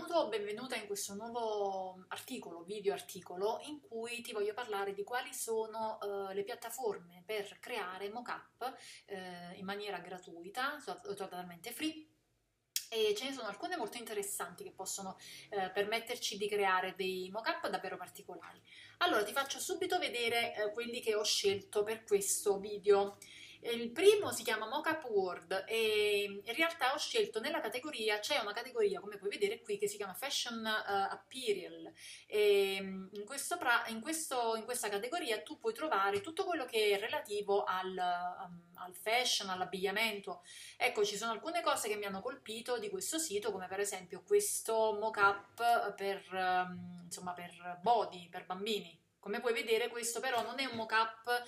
Benvenuto, benvenuta in questo nuovo articolo, video articolo, in cui ti voglio parlare di quali sono le piattaforme per creare mockup in maniera gratuita, totalmente free. E ce ne sono alcune molto interessanti che possono permetterci di creare dei mockup davvero particolari. Allora ti faccio subito vedere quelli che ho scelto per questo video. Il primo si chiama Mockup World e in realtà ho scelto nella categoria, c'è una categoria come puoi vedere qui che si chiama Fashion Apparel e in questa categoria tu puoi trovare tutto quello che è relativo al fashion, all'abbigliamento. Ecco, ci sono alcune cose che mi hanno colpito di questo sito, come per esempio questo mock-up insomma, per body, per bambini. Come puoi vedere, questo però non è un mock-up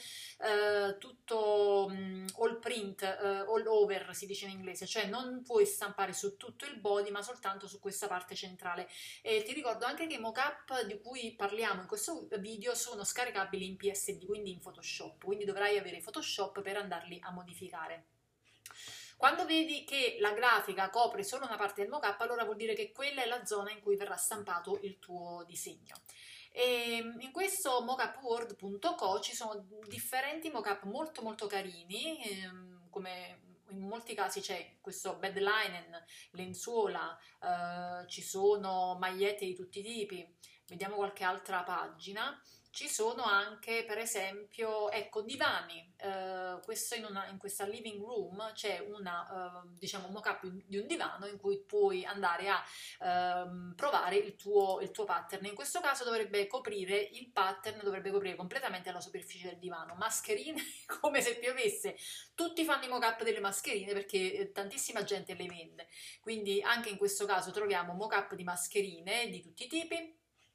tutto all print, all over si dice in inglese, cioè non puoi stampare su tutto il body ma soltanto su questa parte centrale. E ti ricordo anche che i mock-up di cui parliamo in questo video sono scaricabili in PSD, quindi in Photoshop, quindi dovrai avere Photoshop per andarli a modificare. Quando vedi che la grafica copre solo una parte del mockup, allora vuol dire che quella è la zona in cui verrà stampato il tuo disegno. E in questo mockupworld.co ci sono differenti mockup molto carini, come in molti casi c'è questo bed linen, lenzuola, ci sono magliette di tutti i tipi. Vediamo qualche altra pagina. Ci sono anche, per esempio, ecco, divani. Questo in questa living room c'è una, diciamo, mock-up di un divano in cui puoi andare a provare il tuo pattern. In questo caso dovrebbe coprire il pattern, dovrebbe coprire completamente la superficie del divano. Mascherine come se piovesse. Tutti fanno i mock-up delle mascherine perché tantissima gente le vende. Quindi anche in questo caso troviamo mock-up di mascherine di tutti i tipi.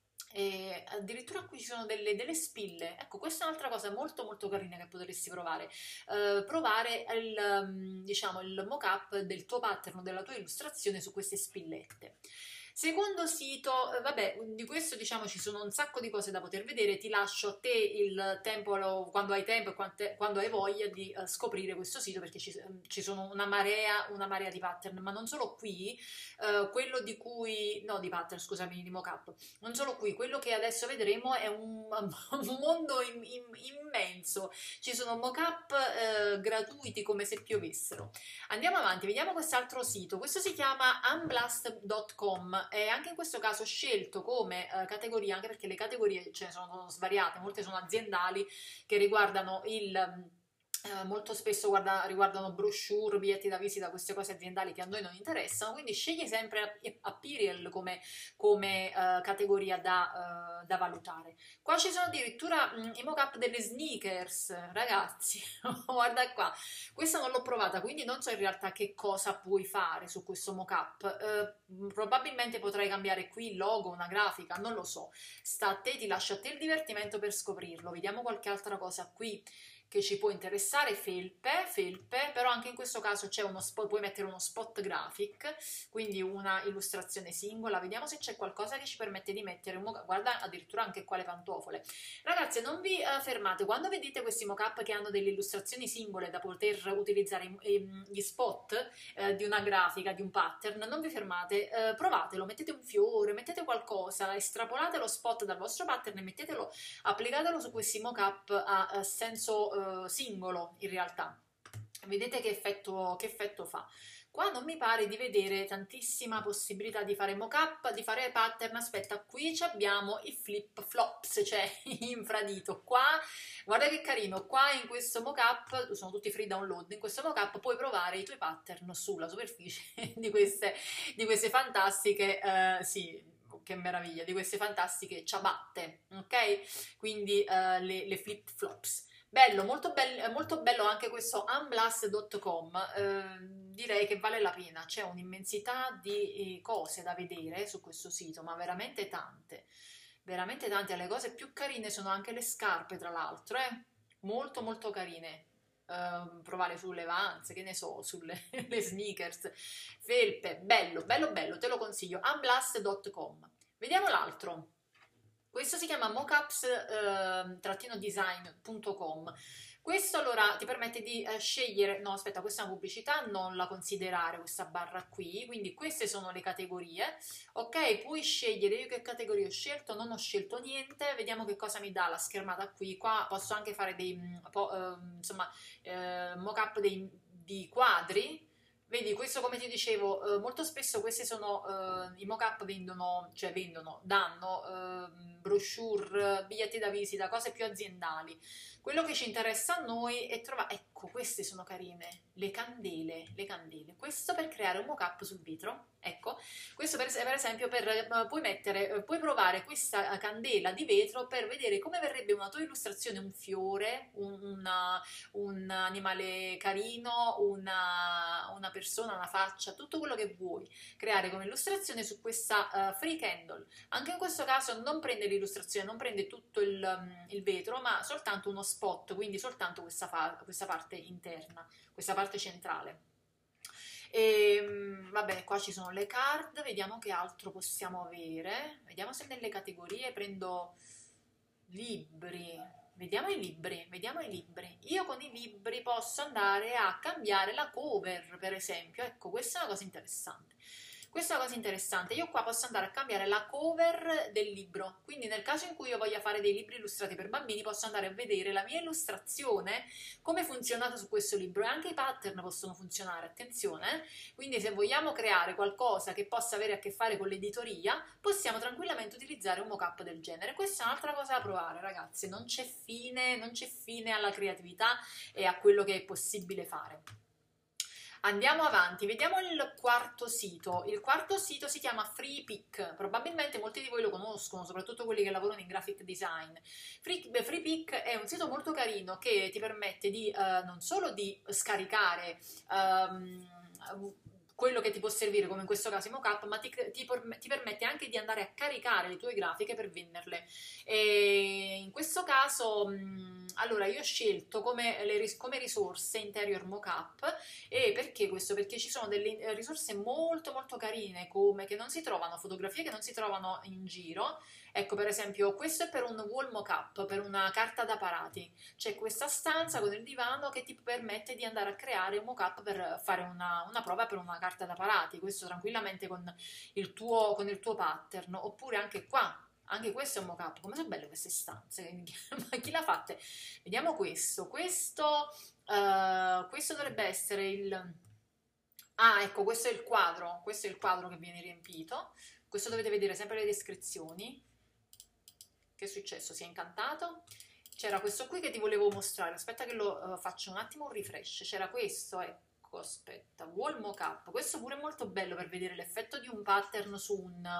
E addirittura qui ci sono delle spille. Ecco, questa è un'altra cosa molto carina che potresti provare. Provare diciamo, il mock-up del tuo pattern o della tua illustrazione su queste spillette. Secondo sito, vabbè, di questo diciamo ci sono un sacco di cose da poter vedere, ti lascio a te il tempo, quando hai tempo e quando hai voglia di scoprire questo sito, perché ci sono una marea di pattern, ma non solo qui, quello di cui, no di pattern scusami, di mockup, non solo qui, quello che adesso vedremo è un mondo immenso, ci sono mockup gratuiti come se piovessero. Andiamo avanti, vediamo quest'altro sito, questo si chiama unblast.com e anche in questo caso ho scelto come categoria, anche perché le categorie ce ne sono svariate, molte sono aziendali che riguardano molto spesso riguardano brochure, biglietti da visita, queste cose aziendali che a noi non interessano, quindi scegli sempre Apparel come categoria da valutare. Qua ci sono addirittura i mock-up delle sneakers, ragazzi, guarda qua, questa non l'ho provata, quindi non so in realtà che cosa puoi fare su questo mock-up, probabilmente potrai cambiare qui il logo, una grafica, non lo so, sta a te, ti lascio a te il divertimento per scoprirlo. Vediamo qualche altra cosa qui che ci può interessare, felpe, però anche in questo caso c'è uno spot, puoi mettere uno spot graphic, quindi una illustrazione singola. Vediamo se c'è qualcosa che ci permette di mettere guarda addirittura anche qua le pantofole. Ragazzi, non vi fermate, quando vedete questi mock-up che hanno delle illustrazioni singole da poter utilizzare gli spot di una grafica, di un pattern, non vi fermate, provatelo, mettete un fiore, mettete qualcosa, estrapolate lo spot dal vostro pattern e mettetelo, applicatelo su questi mock-up a senso singolo in realtà. Vedete che effetto fa. Qua non mi pare di vedere tantissima possibilità di fare mock-up, di fare pattern. Aspetta, qui abbiamo i flip flops, cioè infradito. Qua, guarda che carino, qua in questo mock-up, sono tutti free download, in questo mock-up puoi provare i tuoi pattern sulla superficie di queste fantastiche, sì, che meraviglia, di queste fantastiche ciabatte, ok? Quindi le flip flops. Bello, molto bello anche questo unblast.com, direi che vale la pena, c'è un'immensità di cose da vedere su questo sito, ma veramente tante, le cose più carine sono anche le scarpe tra l'altro, molto carine, provare sulle Vans, che ne so, sulle le sneakers, felpe, bello, te lo consiglio, unblast.com. Vediamo l'altro. Questo si chiama mockups-design.com. Questo allora ti permette di scegliere, no aspetta, questa è una pubblicità, non la considerare questa barra qui, quindi queste sono le categorie, ok? Puoi scegliere, io che categoria ho scelto, non ho scelto niente, vediamo che cosa mi dà la schermata qui, qua posso anche fare dei, insomma, mock-up di quadri. Vedi, questo come ti dicevo, molto spesso questi sono, i mock-up vendono, cioè vendono, danno brochure, biglietti da visita, cose più aziendali. Quello che ci interessa a noi è trovare, ecco, queste sono carine, le candele, le candele. Questo per creare un mock-up sul vetro, ecco, questo per esempio puoi mettere, puoi provare questa candela di vetro per vedere come verrebbe una tua illustrazione, un fiore, un animale carino, una persona, una faccia, tutto quello che vuoi creare come illustrazione su questa free candle. Anche in questo caso non prende l'illustrazione, non prende tutto il vetro, ma soltanto uno spot, quindi soltanto questa parte interna, questa parte centrale. Vabbè, qua ci sono le card, vediamo che altro possiamo avere, vediamo se nelle categorie prendo libri, vediamo i libri, vediamo i libri. Io con i libri posso andare a cambiare la cover, per esempio, ecco, questa è una cosa interessante. Questa è una cosa interessante, io qua posso andare a cambiare la cover del libro, quindi nel caso in cui io voglia fare dei libri illustrati per bambini posso andare a vedere la mia illustrazione, come è funzionata su questo libro e anche i pattern possono funzionare, attenzione, quindi se vogliamo creare qualcosa che possa avere a che fare con l'editoria possiamo tranquillamente utilizzare un mock-up del genere. Questa è un'altra cosa da provare, ragazzi, non c'è fine alla creatività e a quello che è possibile fare. Andiamo avanti, vediamo il quarto sito. Il quarto sito si chiama Freepik, probabilmente molti di voi lo conoscono, soprattutto quelli che lavorano in graphic design. Freepik è un sito molto carino che ti permette di non solo di scaricare quello che ti può servire, come in questo caso i mockup, ma ti permette anche di andare a caricare le tue grafiche per venderle. E in questo caso, allora io ho scelto come risorse Interior Mockup. E perché questo? Perché ci sono delle risorse molto molto carine, come che non si trovano, fotografie che non si trovano in giro. Ecco, per esempio, questo è per un wall mock-up, per una carta da parati. C'è questa stanza con il divano che ti permette di andare a creare un mock-up per fare una prova per una carta da parati. Questo tranquillamente con il tuo pattern. Oppure anche qua. Anche questo è un mock-up. Come sono belle queste stanze? Ma chi l'ha fatte? Vediamo questo. Questo dovrebbe essere il... Ah, ecco, questo è il quadro. Questo è il quadro che viene riempito. Questo dovete vedere sempre le descrizioni. Che è successo? Si è incantato? C'era questo qui che ti volevo mostrare. Aspetta che lo faccio un attimo un refresh. C'era questo, ecco, aspetta. Wall Mockup. Questo pure è molto bello per vedere l'effetto di un pattern su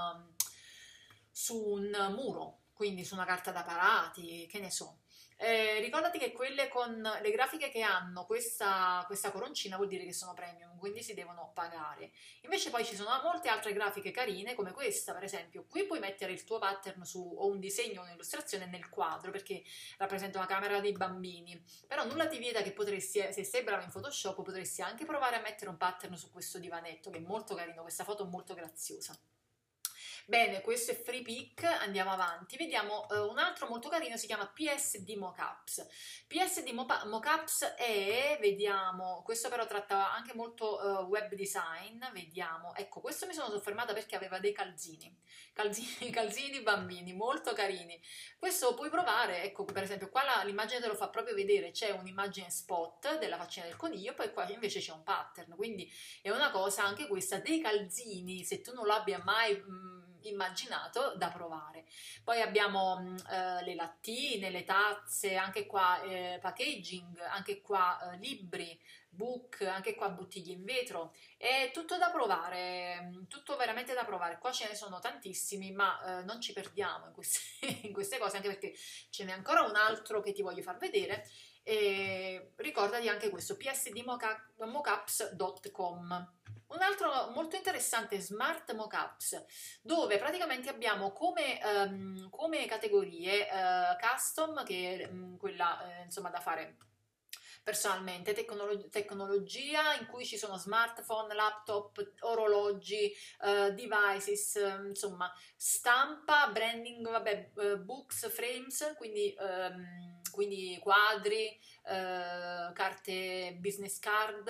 un muro, quindi su una carta da parati, che ne so. Ricordati che quelle con le grafiche che hanno questa coroncina vuol dire che sono premium, quindi si devono pagare. Invece poi ci sono molte altre grafiche carine come questa, per esempio. Qui puoi mettere il tuo pattern o un disegno o un'illustrazione nel quadro perché rappresenta una camera dei bambini, però nulla ti vieta che potresti, se sei bravo in Photoshop, potresti anche provare a mettere un pattern su questo divanetto che è molto carino, questa foto è molto graziosa. Bene, questo è Freepik, andiamo avanti. Vediamo un altro molto carino, si chiama PSD Mockups. PSD Mockups è, vediamo, questo però tratta anche molto web design, vediamo. Ecco, questo mi sono soffermata perché aveva dei calzini di bambini, molto carini. Questo puoi provare, ecco, per esempio qua l'immagine te lo fa proprio vedere, c'è un'immagine spot della faccina del coniglio, poi qua invece c'è un pattern, quindi è una cosa, anche questa, dei calzini, se tu non l'abbia mai immaginato, da provare. Poi abbiamo le lattine, le tazze, anche qua packaging, anche qua libri, book, anche qua bottiglie in vetro, è tutto da provare, tutto veramente da provare. Qua ce ne sono tantissimi, ma non ci perdiamo in queste cose, anche perché ce n'è ancora un altro che ti voglio far vedere. E ricordati anche questo, psdmockups.com. Un altro molto interessante è Smart Mockups, dove praticamente abbiamo come categorie custom, che è quella insomma da fare personalmente, tecnologia in cui ci sono smartphone, laptop, orologi, devices, insomma, stampa, branding, vabbè, books, frames, quindi quadri, carte business card,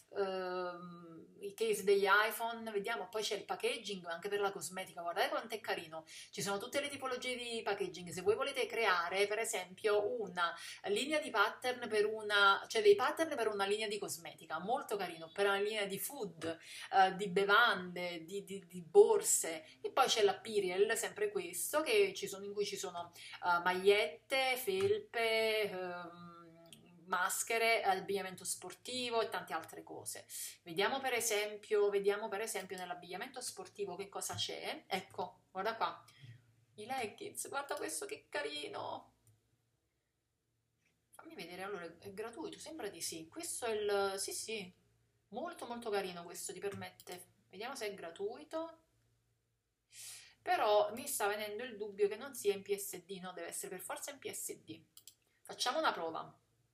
i case degli iPhone, vediamo, poi c'è il packaging anche per la cosmetica, guardate quanto è carino, ci sono tutte le tipologie di packaging, se voi volete creare per esempio una linea di pattern per una, cioè dei pattern per una linea di cosmetica, molto carino, per una linea di food, di bevande, di borse, e poi c'è l'Apiriel, sempre questo, in cui ci sono magliette, felpe, maschere, abbigliamento sportivo e tante altre cose. Vediamo per esempio nell'abbigliamento sportivo che cosa c'è. Ecco, guarda qua, i leggings, guarda questo che carino. Fammi vedere, allora è gratuito, sembra di sì. Questo è il, sì sì, molto molto carino questo, ti permette, vediamo se è gratuito. Però mi sta venendo il dubbio che non sia in PSD, no, deve essere per forza in PSD. Facciamo una prova.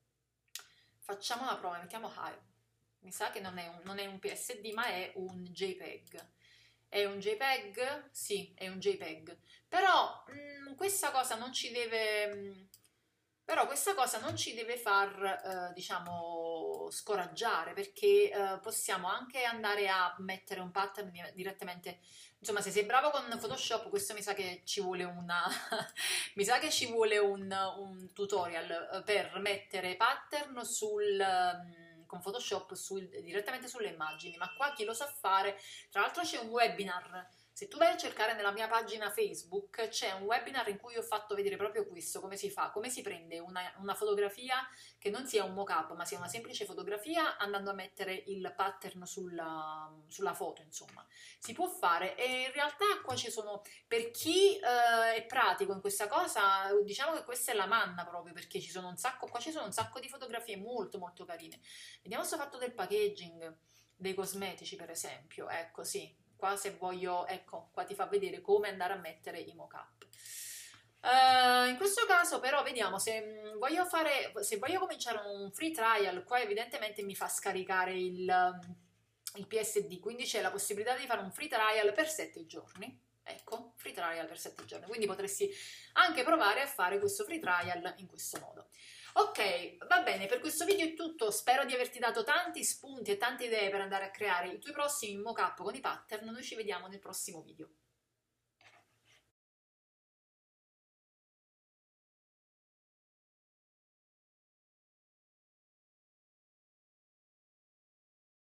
Mettiamo Hive. Mi sa che non è un PSD, ma è un JPEG. È un JPEG? Sì, è un JPEG. Però questa cosa non ci deve... Però questa cosa non ci deve far, diciamo, scoraggiare, perché possiamo anche andare a mettere un pattern direttamente. Insomma, se sei bravo con Photoshop, questo mi sa che ci vuole mi sa che ci vuole un tutorial per mettere pattern con Photoshop direttamente sulle immagini, ma qua chi lo sa fare? Tra l'altro c'è un webinar. Se tu vai a cercare nella mia pagina Facebook, c'è un webinar in cui ho fatto vedere proprio questo, come si fa, come si prende una fotografia che non sia un mock-up, ma sia una semplice fotografia, andando a mettere il pattern sulla foto, insomma. Si può fare, e in realtà qua ci sono, per chi è pratico in questa cosa, diciamo che questa è la manna proprio, perché qua ci sono un sacco di fotografie molto molto carine. Vediamo questo fatto del packaging, dei cosmetici per esempio, ecco sì. Qua se voglio, ecco, qua ti fa vedere come andare a mettere i mock-up. In questo caso però vediamo se voglio cominciare un free trial, qua evidentemente mi fa scaricare il PSD, quindi c'è la possibilità di fare un free trial per 7 giorni. Ecco, free trial per 7 giorni, quindi potresti anche provare a fare questo free trial in questo modo. Ok, va bene, per questo video è tutto, spero di averti dato tanti spunti e tante idee per andare a creare i tuoi prossimi mock-up con i pattern, noi ci vediamo nel prossimo video.